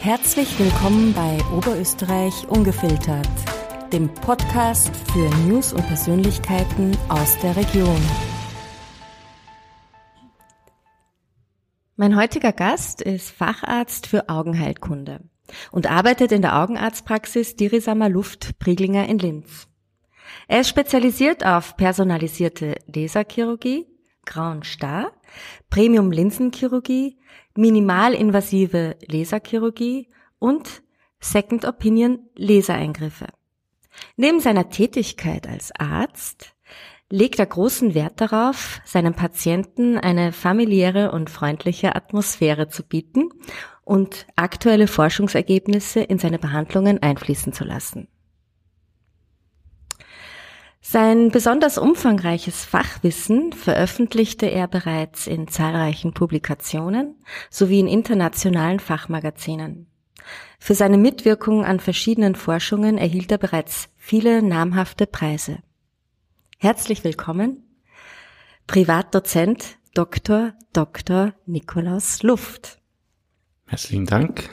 Herzlich willkommen bei Oberösterreich Ungefiltert, dem Podcast für News und Persönlichkeiten aus der Region. Mein heutiger Gast ist Facharzt für Augenheilkunde und arbeitet in der Augenarztpraxis Dirisamer Luft Priglinger in Linz. Er ist spezialisiert auf personalisierte Laserchirurgie, Grauen Star, Premium-Linsenchirurgie, minimalinvasive Laserchirurgie und Second Opinion Lasereingriffe. Neben seiner Tätigkeit als Arzt legt er großen Wert darauf, seinen Patienten eine familiäre und freundliche Atmosphäre zu bieten und aktuelle Forschungsergebnisse in seine Behandlungen einfließen zu lassen. Sein besonders umfangreiches Fachwissen veröffentlichte er bereits in zahlreichen Publikationen sowie in internationalen Fachmagazinen. Für seine Mitwirkung an verschiedenen Forschungen erhielt er bereits viele namhafte Preise. Herzlich willkommen, Privatdozent Dr. Nikolaus Luft. Herzlichen Dank.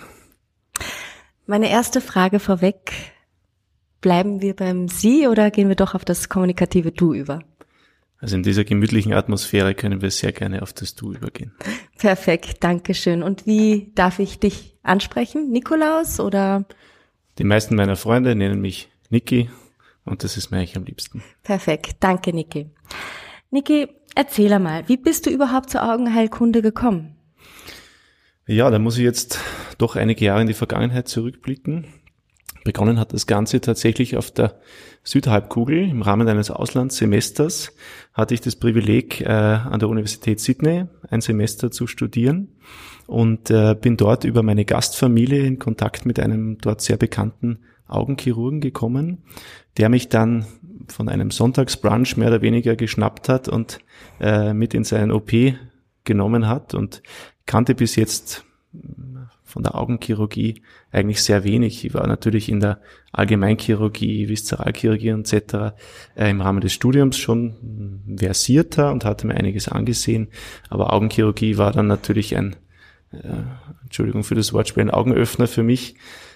Meine erste Frage vorweg: Bleiben wir beim Sie oder gehen wir doch auf das kommunikative Du über? Also in dieser gemütlichen Atmosphäre können wir sehr gerne auf das Du übergehen. Perfekt, Dankeschön. Und wie darf ich dich ansprechen? Nikolaus oder? Die meisten meiner Freunde nennen mich Niki und das ist mir eigentlich am liebsten. Perfekt, danke Niki. Niki, erzähl einmal, wie bist du überhaupt zur Augenheilkunde gekommen? Ja, da muss ich jetzt doch einige Jahre in die Vergangenheit zurückblicken. Begonnen hat das Ganze tatsächlich auf der Südhalbkugel. Im Rahmen eines Auslandssemesters hatte ich das Privileg, an der Universität Sydney ein Semester zu studieren und bin dort über meine Gastfamilie in Kontakt mit einem dort sehr bekannten Augenchirurgen gekommen, der mich dann von einem Sonntagsbrunch mehr oder weniger geschnappt hat und mit in seinen OP genommen hat und kannte bis jetzt von der Augenchirurgie eigentlich sehr wenig. Ich war natürlich in der Allgemeinchirurgie, Viszeralchirurgie etc. Im Rahmen des Studiums schon versierter und hatte mir einiges angesehen, aber Augenchirurgie war dann natürlich Entschuldigung für das Wortspiel, ein Augenöffner für mich.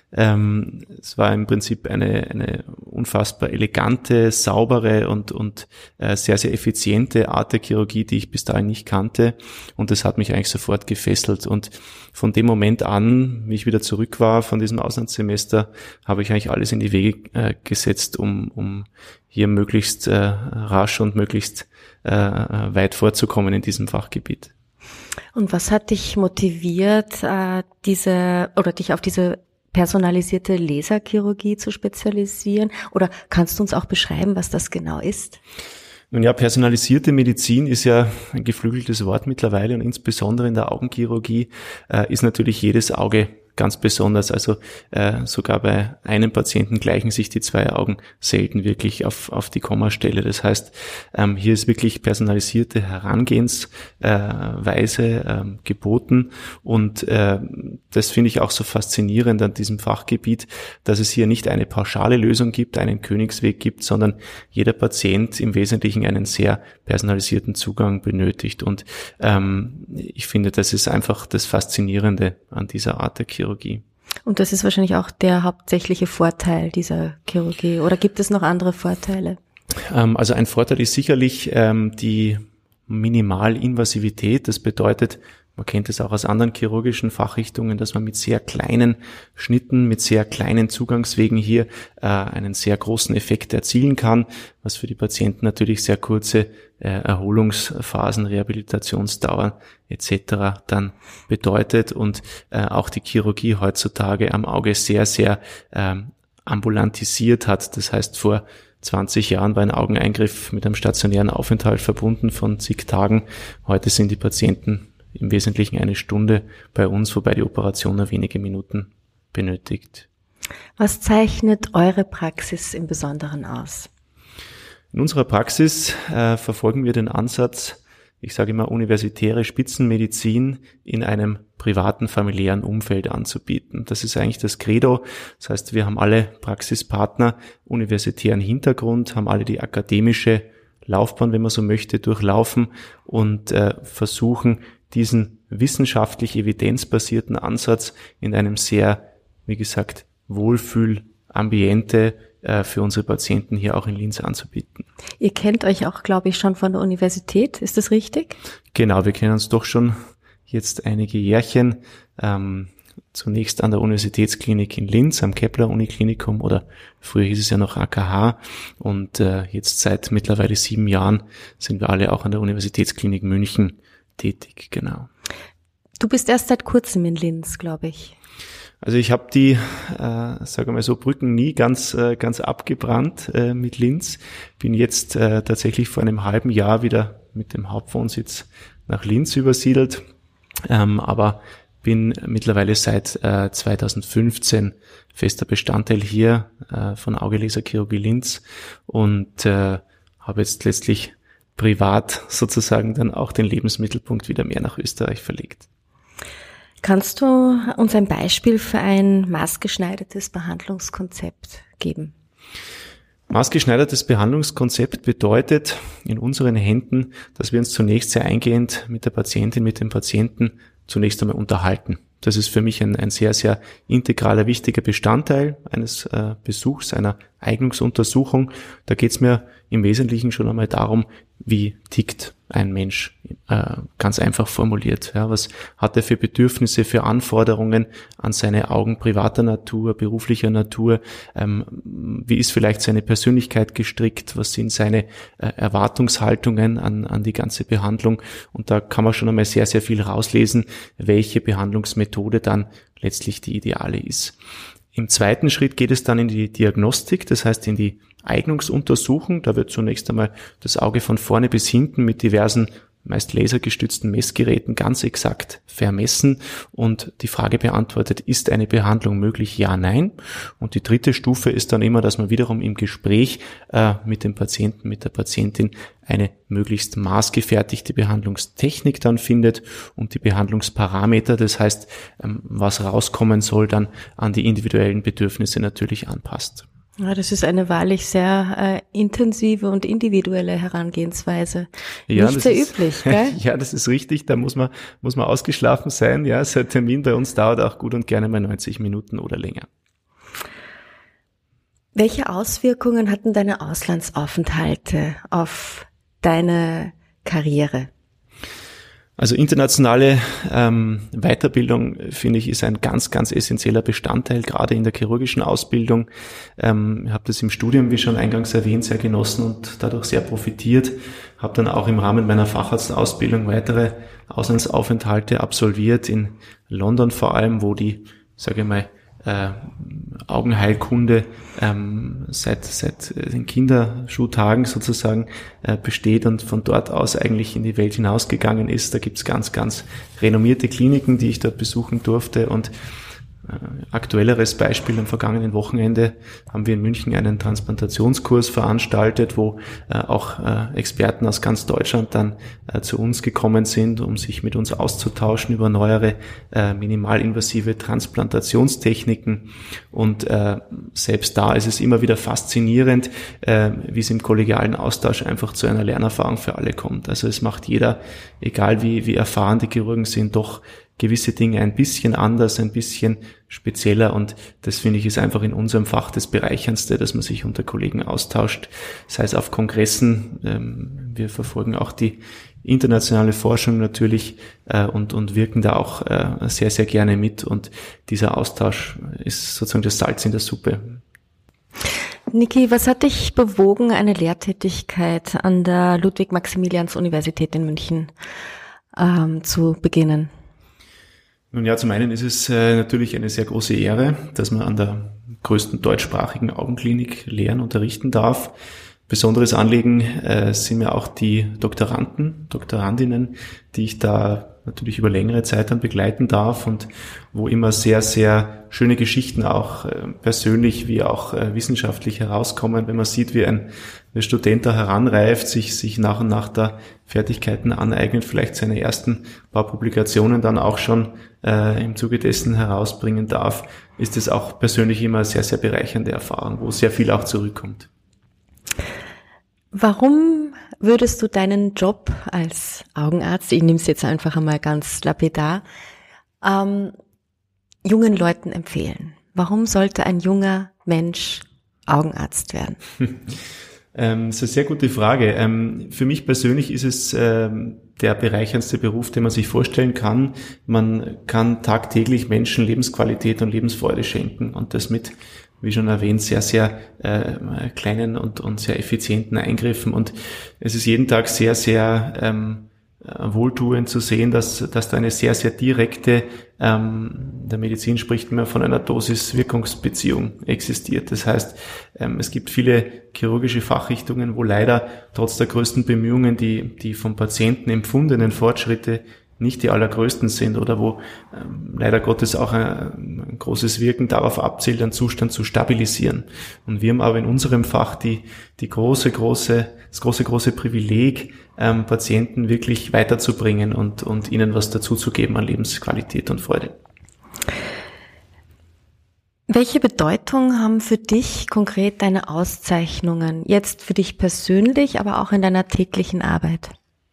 Es war im Prinzip eine unfassbar elegante, saubere und sehr, sehr effiziente Art der Chirurgie, die ich bis dahin nicht kannte. Und das hat mich eigentlich sofort gefesselt. Und von dem Moment an, wie ich wieder zurück war von diesem Auslandssemester, habe ich eigentlich alles in die Wege gesetzt, um hier möglichst rasch und möglichst weit vorzukommen in diesem Fachgebiet. Und was hat dich motiviert, dich auf diese personalisierte Laserchirurgie zu spezialisieren? Oder kannst du uns auch beschreiben, was das genau ist? Nun ja, personalisierte Medizin ist ja ein geflügeltes Wort mittlerweile und insbesondere in der Augenchirurgie ist natürlich jedes Auge ganz besonders. Also sogar bei einem Patienten gleichen sich die zwei Augen selten wirklich auf die Kommastelle. Das heißt, hier ist wirklich personalisierte Herangehensweise geboten und das finde ich auch so faszinierend an diesem Fachgebiet, dass es hier nicht eine pauschale Lösung gibt, einen Königsweg gibt, sondern jeder Patient im Wesentlichen einen sehr personalisierten Zugang benötigt und ich finde, das ist einfach das Faszinierende an dieser Art der Chirurgie. Und das ist wahrscheinlich auch der hauptsächliche Vorteil dieser Chirurgie. Oder gibt es noch andere Vorteile? Also ein Vorteil ist sicherlich die Minimalinvasivität. Das bedeutet, man kennt es auch aus anderen chirurgischen Fachrichtungen, dass man mit sehr kleinen Schnitten, mit sehr kleinen Zugangswegen hier einen sehr großen Effekt erzielen kann, was für die Patienten natürlich sehr kurze Erholungsphasen, Rehabilitationsdauer etc. dann bedeutet und auch die Chirurgie heutzutage am Auge sehr, sehr ambulantisiert hat. Das heißt, vor 20 Jahren war ein Augeneingriff mit einem stationären Aufenthalt verbunden von zig Tagen. Heute sind die Patienten im Wesentlichen eine Stunde bei uns, wobei die Operation nur wenige Minuten benötigt. Was zeichnet eure Praxis im Besonderen aus? In unserer Praxis verfolgen wir den Ansatz, ich sage immer, universitäre Spitzenmedizin in einem privaten, familiären Umfeld anzubieten. Das ist eigentlich das Credo. Das heißt, wir haben alle Praxispartner universitären Hintergrund, haben alle die akademische Laufbahn, wenn man so möchte, durchlaufen und versuchen, diesen wissenschaftlich evidenzbasierten Ansatz in einem sehr, wie gesagt, Wohlfühlambiente für unsere Patienten hier auch in Linz anzubieten. Ihr kennt euch auch, glaube ich, schon von der Universität, ist das richtig? Genau, wir kennen uns doch schon jetzt einige Jährchen. Zunächst an der Universitätsklinik in Linz, am Kepler-Uniklinikum, oder früher hieß es ja noch AKH, und jetzt seit mittlerweile 7 Jahren sind wir alle auch an der Universitätsklinik München tätig, genau. Du bist erst seit kurzem in Linz, glaube ich. Also ich habe die, sagen wir mal so, Brücken nie ganz abgebrannt mit Linz. Bin jetzt tatsächlich vor einem halben Jahr wieder mit dem Hauptwohnsitz nach Linz übersiedelt, aber bin mittlerweile seit 2015 fester Bestandteil hier von Auge-Laser-Chirurgie Linz und habe jetzt letztlich privat sozusagen dann auch den Lebensmittelpunkt wieder mehr nach Österreich verlegt. Kannst du uns ein Beispiel für ein maßgeschneidertes Behandlungskonzept geben? Maßgeschneidertes Behandlungskonzept bedeutet in unseren Händen, dass wir uns zunächst sehr eingehend mit der Patientin, mit dem Patienten zunächst einmal unterhalten. Das ist für mich ein sehr, sehr integraler, wichtiger Bestandteil eines Besuchs, einer Eignungsuntersuchung. Da geht es mir im Wesentlichen schon einmal darum, wie tickt ein Mensch, ganz einfach formuliert. Ja, was hat er für Bedürfnisse, für Anforderungen an seine Augen privater Natur, beruflicher Natur? Wie ist vielleicht seine Persönlichkeit gestrickt? Was sind seine Erwartungshaltungen an die ganze Behandlung? Und da kann man schon einmal sehr, sehr viel rauslesen, welche Behandlungsmethode dann letztlich die ideale ist. Im zweiten Schritt geht es dann in die Diagnostik, das heißt in die Eignungsuntersuchung. Da wird zunächst einmal das Auge von vorne bis hinten mit diversen, meist lasergestützten Messgeräten ganz exakt vermessen und die Frage beantwortet, ist eine Behandlung möglich? Ja, nein. Und die dritte Stufe ist dann immer, dass man wiederum im Gespräch mit dem Patienten, mit der Patientin eine möglichst maßgefertigte Behandlungstechnik dann findet und die Behandlungsparameter, das heißt, was rauskommen soll, dann an die individuellen Bedürfnisse natürlich anpasst. Ja, das ist eine wahrlich sehr intensive und individuelle Herangehensweise. Ja, nicht sehr üblich, gell? Ja, das ist richtig. Da muss man ausgeschlafen sein. Ja, so ein Termin bei uns dauert auch gut und gerne mal 90 Minuten oder länger. Welche Auswirkungen hatten deine Auslandsaufenthalte auf deine Karriere? Also internationale Weiterbildung, finde ich, ist ein ganz, ganz essentieller Bestandteil, gerade in der chirurgischen Ausbildung. Ich habe das im Studium, wie schon eingangs erwähnt, sehr genossen und dadurch sehr profitiert. Habe dann auch im Rahmen meiner Facharztausbildung weitere Auslandsaufenthalte absolviert, in London vor allem, wo die, sage ich mal, Augenheilkunde seit den Kinderschuhtagen sozusagen besteht und von dort aus eigentlich in die Welt hinausgegangen ist. Da gibt's ganz, ganz renommierte Kliniken, die ich dort besuchen durfte, und aktuelleres Beispiel: am vergangenen Wochenende haben wir in München einen Transplantationskurs veranstaltet, wo auch Experten aus ganz Deutschland dann zu uns gekommen sind, um sich mit uns auszutauschen über neuere minimalinvasive Transplantationstechniken. Und selbst da ist es immer wieder faszinierend, wie es im kollegialen Austausch einfach zu einer Lernerfahrung für alle kommt. Also es macht jeder, egal wie erfahren die Chirurgen sind, doch gewisse Dinge ein bisschen anders, ein bisschen spezieller, und das, finde ich, ist einfach in unserem Fach das Bereicherndste, dass man sich unter Kollegen austauscht, sei es auf Kongressen. Wir verfolgen auch die internationale Forschung natürlich und wirken da auch sehr, sehr gerne mit, und dieser Austausch ist sozusagen das Salz in der Suppe. Niki, was hat dich bewogen, eine Lehrtätigkeit an der Ludwig-Maximilians-Universität in München zu beginnen? Nun ja, zum einen ist es natürlich eine sehr große Ehre, dass man an der größten deutschsprachigen Augenklinik lehren, unterrichten darf. Besonderes Anliegen sind mir auch die Doktorandinnen, die ich da natürlich über längere Zeit dann begleiten darf und wo immer sehr, sehr schöne Geschichten auch persönlich wie auch wissenschaftlich herauskommen, wenn man sieht, wie ein Student da heranreift, sich nach und nach da Fertigkeiten aneignet, vielleicht seine ersten paar Publikationen dann auch schon im Zuge dessen herausbringen darf, ist es auch persönlich immer eine sehr, sehr bereichernde Erfahrung, wo sehr viel auch zurückkommt. Warum würdest du deinen Job als Augenarzt, ich nehme es jetzt einfach einmal ganz lapidar, jungen Leuten empfehlen? Warum sollte ein junger Mensch Augenarzt werden? Das ist eine sehr gute Frage. Für mich persönlich ist es der bereicherndste Beruf, den man sich vorstellen kann. Man kann tagtäglich Menschen Lebensqualität und Lebensfreude schenken und das mit, wie schon erwähnt, sehr, sehr kleinen und sehr effizienten Eingriffen. Und es ist jeden Tag sehr, sehr wohltuend zu sehen, dass da eine sehr, sehr direkte, in der Medizin spricht man von einer Dosis-Wirkungsbeziehung existiert. Das heißt, es gibt viele chirurgische Fachrichtungen, wo leider trotz der größten Bemühungen die vom Patienten empfundenen Fortschritte nicht die allergrößten sind oder wo leider Gottes auch ein großes Wirken darauf abzielt, einen Zustand zu stabilisieren. Und wir haben aber in unserem Fach das große Privileg, Patienten wirklich weiterzubringen und ihnen was dazuzugeben an Lebensqualität und Freude. Welche Bedeutung haben für dich konkret deine Auszeichnungen? Jetzt für dich persönlich, aber auch in deiner täglichen Arbeit?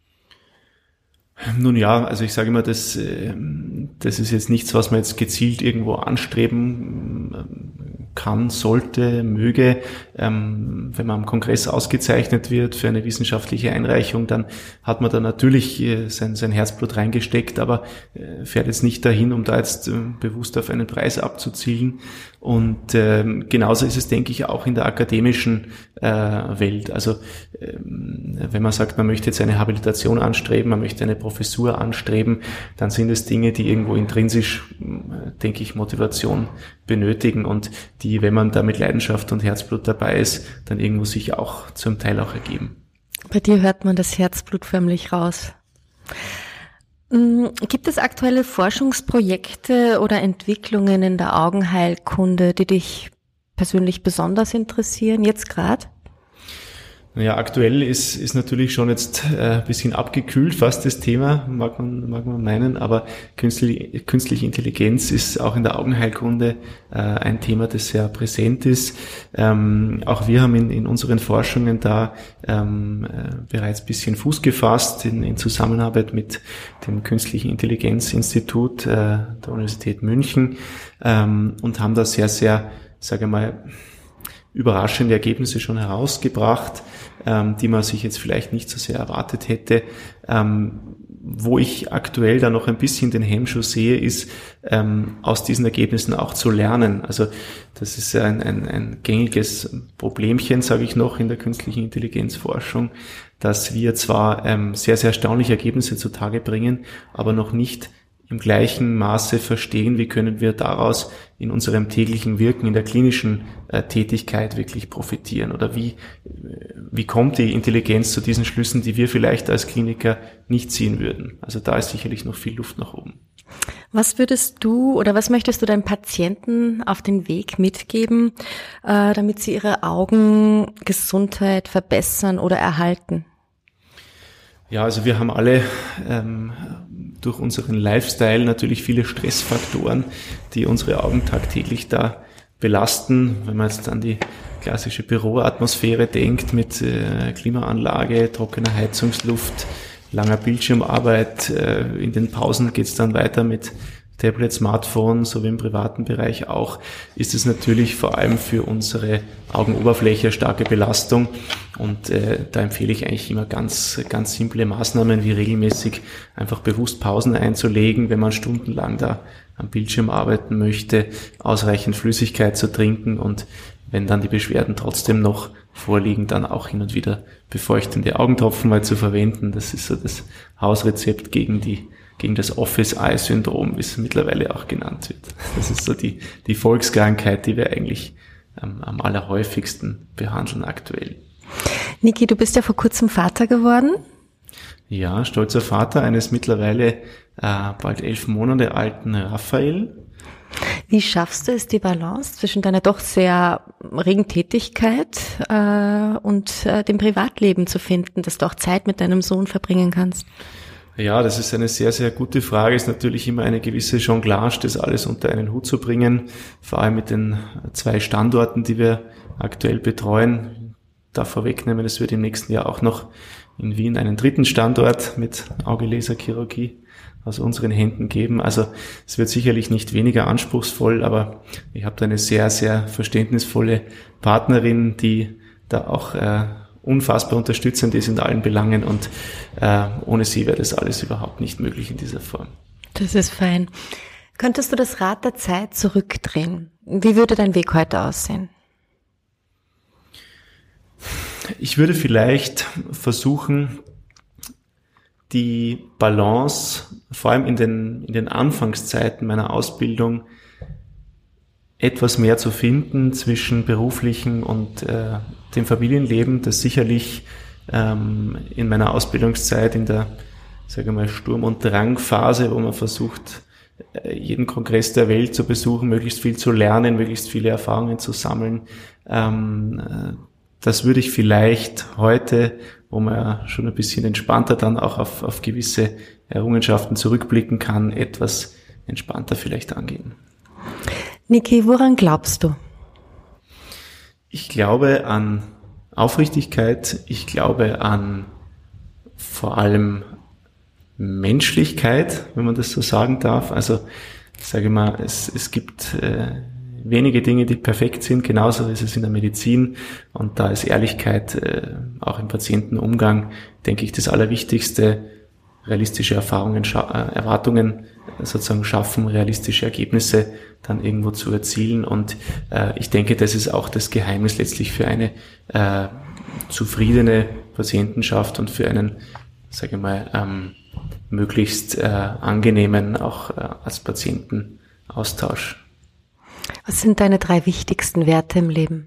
Nun ja, also ich sage immer, das ist jetzt nichts, was man jetzt gezielt irgendwo anstreben kann, sollte, möge. Wenn man am Kongress ausgezeichnet wird für eine wissenschaftliche Einreichung, dann hat man da natürlich sein Herzblut reingesteckt, aber fährt jetzt nicht dahin, um da jetzt bewusst auf einen Preis abzuzielen. Und genauso ist es, denke ich, auch in der akademischen Welt. Also wenn man sagt, man möchte jetzt eine Habilitation anstreben, man möchte eine Professur anstreben, dann sind es Dinge, die irgendwo intrinsisch, denke ich, Motivation benötigen und die, wenn man da mit Leidenschaft und Herzblut dabei ist, dann irgendwo sich auch zum Teil auch ergeben. Bei dir hört man das Herzblut förmlich raus. Gibt es aktuelle Forschungsprojekte oder Entwicklungen in der Augenheilkunde, die dich persönlich besonders interessieren, jetzt gerade? Naja, aktuell ist natürlich schon jetzt ein bisschen abgekühlt, fast das Thema, mag man meinen, aber künstliche Intelligenz ist auch in der Augenheilkunde ein Thema, das sehr präsent ist. Auch wir haben in unseren Forschungen da bereits ein bisschen Fuß gefasst in Zusammenarbeit mit dem Künstlichen Intelligenzinstitut der Universität München und haben da sehr, sehr, sage ich mal, überraschende Ergebnisse schon herausgebracht, die man sich jetzt vielleicht nicht so sehr erwartet hätte. Wo ich aktuell da noch ein bisschen den Hemmschuh sehe, ist, aus diesen Ergebnissen auch zu lernen. Also das ist ein gängiges Problemchen, sage ich noch, in der künstlichen Intelligenzforschung, dass wir zwar sehr, sehr erstaunliche Ergebnisse zutage bringen, aber noch nicht im gleichen Maße verstehen, wie können wir daraus in unserem täglichen Wirken, in der klinischen Tätigkeit wirklich profitieren oder wie kommt die Intelligenz zu diesen Schlüssen, die wir vielleicht als Kliniker nicht ziehen würden. Also da ist sicherlich noch viel Luft nach oben. Was würdest du oder was möchtest du deinen Patienten auf den Weg mitgeben, damit sie ihre Augengesundheit verbessern oder erhalten? Ja, also wir haben alle durch unseren Lifestyle natürlich viele Stressfaktoren, die unsere Augen tagtäglich da belasten. Wenn man jetzt an die klassische Büroatmosphäre denkt mit Klimaanlage, trockener Heizungsluft, langer Bildschirmarbeit, in den Pausen geht's dann weiter mit Tablet, Smartphone, so wie im privaten Bereich auch, ist es natürlich vor allem für unsere Augenoberfläche starke Belastung und da empfehle ich eigentlich immer ganz, ganz simple Maßnahmen wie regelmäßig einfach bewusst Pausen einzulegen, wenn man stundenlang da am Bildschirm arbeiten möchte, ausreichend Flüssigkeit zu trinken und wenn dann die Beschwerden trotzdem noch vorliegen, dann auch hin und wieder befeuchtende Augentropfen mal zu verwenden. Das ist so das Hausrezept gegen das Office-Eye-Syndrom, wie es mittlerweile auch genannt wird. Das ist so die Volkskrankheit, die wir eigentlich am allerhäufigsten behandeln aktuell. Niki, du bist ja vor kurzem Vater geworden. Ja, stolzer Vater eines mittlerweile bald 11 Monate alten Raphael. Wie schaffst du es, die Balance zwischen deiner doch sehr regen Tätigkeit und dem Privatleben zu finden, dass du auch Zeit mit deinem Sohn verbringen kannst? Ja, das ist eine sehr, sehr gute Frage. Ist natürlich immer eine gewisse Jonglage, das alles unter einen Hut zu bringen. Vor allem mit den 2 Standorten, die wir aktuell betreuen. Da vorwegnehmen, es wird im nächsten Jahr auch noch in Wien einen dritten Standort mit Auge-Laser-Chirurgie aus unseren Händen geben. Also es wird sicherlich nicht weniger anspruchsvoll, aber ich habe da eine sehr, sehr verständnisvolle Partnerin, die da auch unfassbar unterstützend ist in allen Belangen und ohne sie wäre das alles überhaupt nicht möglich in dieser Form. Das ist fein. Könntest du das Rad der Zeit zurückdrehen? Wie würde dein Weg heute aussehen? Ich würde vielleicht versuchen, die Balance, vor allem in den Anfangszeiten meiner Ausbildung, etwas mehr zu finden zwischen beruflichen und dem Familienleben, das sicherlich in meiner Ausbildungszeit, in der, sage ich mal, Sturm- und Drangphase, wo man versucht, jeden Kongress der Welt zu besuchen, möglichst viel zu lernen, möglichst viele Erfahrungen zu sammeln, das würde ich vielleicht heute, wo man ja schon ein bisschen entspannter dann auch auf gewisse Errungenschaften zurückblicken kann, etwas entspannter vielleicht angehen. Niki, woran glaubst du? Ich glaube an Aufrichtigkeit, ich glaube an vor allem Menschlichkeit, wenn man das so sagen darf. Also ich sage mal, es gibt wenige Dinge, die perfekt sind, genauso ist es in der Medizin und da ist Ehrlichkeit auch im Patientenumgang, denke ich, das Allerwichtigste. Realistische Erwartungen sozusagen schaffen, realistische Ergebnisse dann irgendwo zu erzielen und ich denke, das ist auch das Geheimnis letztlich für eine zufriedene Patientenschaft und für einen, sage ich mal, möglichst angenehmen auch als Patientenaustausch. Was sind deine 3 wichtigsten Werte im Leben?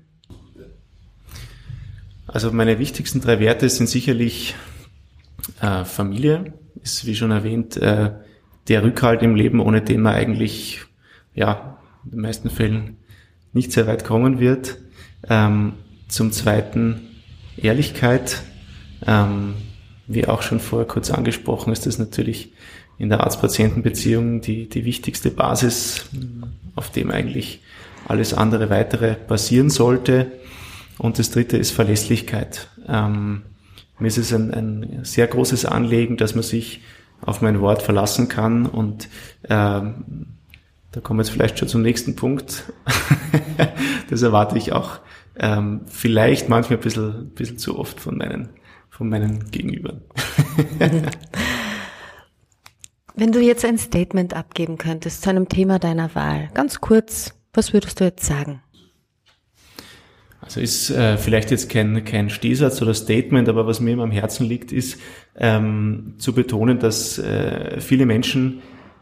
Also meine wichtigsten 3 Werte sind sicherlich Familie, ist wie schon erwähnt der Rückhalt im Leben, ohne den man eigentlich ja in den meisten Fällen nicht sehr weit kommen wird. Zum Zweiten Ehrlichkeit. Wie auch schon vorher kurz angesprochen, ist das natürlich in der Arzt-Patienten-Beziehung die wichtigste Basis, auf dem eigentlich alles andere weitere basieren sollte. Und das Dritte ist Verlässlichkeit. Mir ist es ein sehr großes Anliegen, dass man sich auf mein Wort verlassen kann und da kommen wir jetzt vielleicht schon zum nächsten Punkt. Das erwarte ich auch vielleicht manchmal ein bisschen zu oft von meinen Gegenübern. Wenn du jetzt ein Statement abgeben könntest zu einem Thema deiner Wahl, ganz kurz, was würdest du jetzt sagen? Also ist vielleicht jetzt kein Stehsatz oder Statement, aber was mir immer am Herzen liegt, ist zu betonen, dass vielen Menschen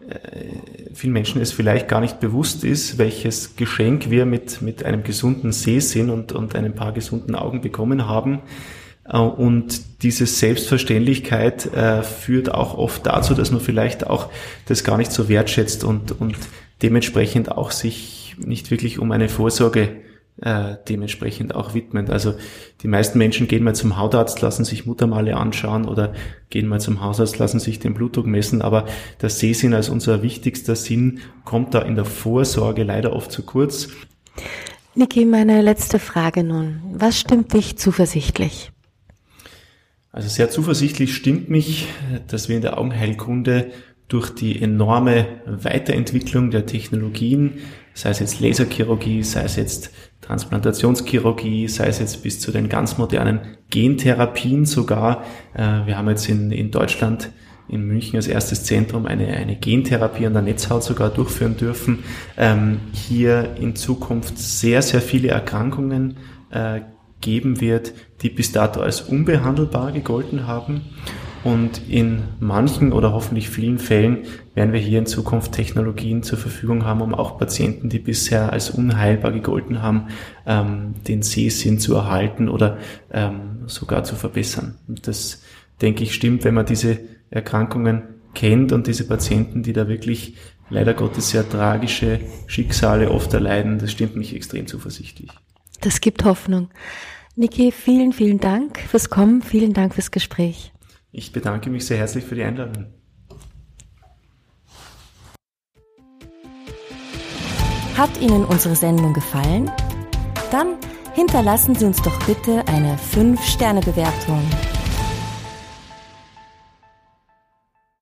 es vielleicht gar nicht bewusst ist, welches Geschenk wir mit einem gesunden Sehsinn und ein paar gesunden Augen bekommen haben. Und diese Selbstverständlichkeit führt auch oft dazu, dass man vielleicht auch das gar nicht so wertschätzt und dementsprechend auch sich nicht wirklich um eine Vorsorge dementsprechend auch widmet. Also die meisten Menschen gehen mal zum Hautarzt, lassen sich Muttermale anschauen oder gehen mal zum Hausarzt, lassen sich den Blutdruck messen, aber der Sehsinn als unser wichtigster Sinn kommt da in der Vorsorge leider oft zu kurz. Niki, meine letzte Frage nun. Was stimmt dich zuversichtlich? Also sehr zuversichtlich stimmt mich, dass wir in der Augenheilkunde durch die enorme Weiterentwicklung der Technologien, sei es jetzt Laserchirurgie, sei es jetzt Transplantationschirurgie, sei es jetzt bis zu den ganz modernen Gentherapien sogar. Wir haben jetzt in Deutschland, in München als erstes Zentrum eine Gentherapie an der Netzhaut sogar durchführen dürfen. Hier in Zukunft sehr, sehr viele Erkrankungen geben wird, die bis dato als unbehandelbar gegolten haben. Und in manchen oder hoffentlich vielen Fällen werden wir hier in Zukunft Technologien zur Verfügung haben, um auch Patienten, die bisher als unheilbar gegolten haben, den Sehsinn zu erhalten oder sogar zu verbessern. Und das, denke ich, stimmt, wenn man diese Erkrankungen kennt und diese Patienten, die da wirklich leider Gottes sehr tragische Schicksale oft erleiden, das stimmt mich extrem zuversichtlich. Das gibt Hoffnung. Niki, vielen, vielen Dank fürs Kommen, vielen Dank fürs Gespräch. Ich bedanke mich sehr herzlich für die Einladung. Hat Ihnen unsere Sendung gefallen? Dann hinterlassen Sie uns doch bitte eine 5-Sterne-Bewertung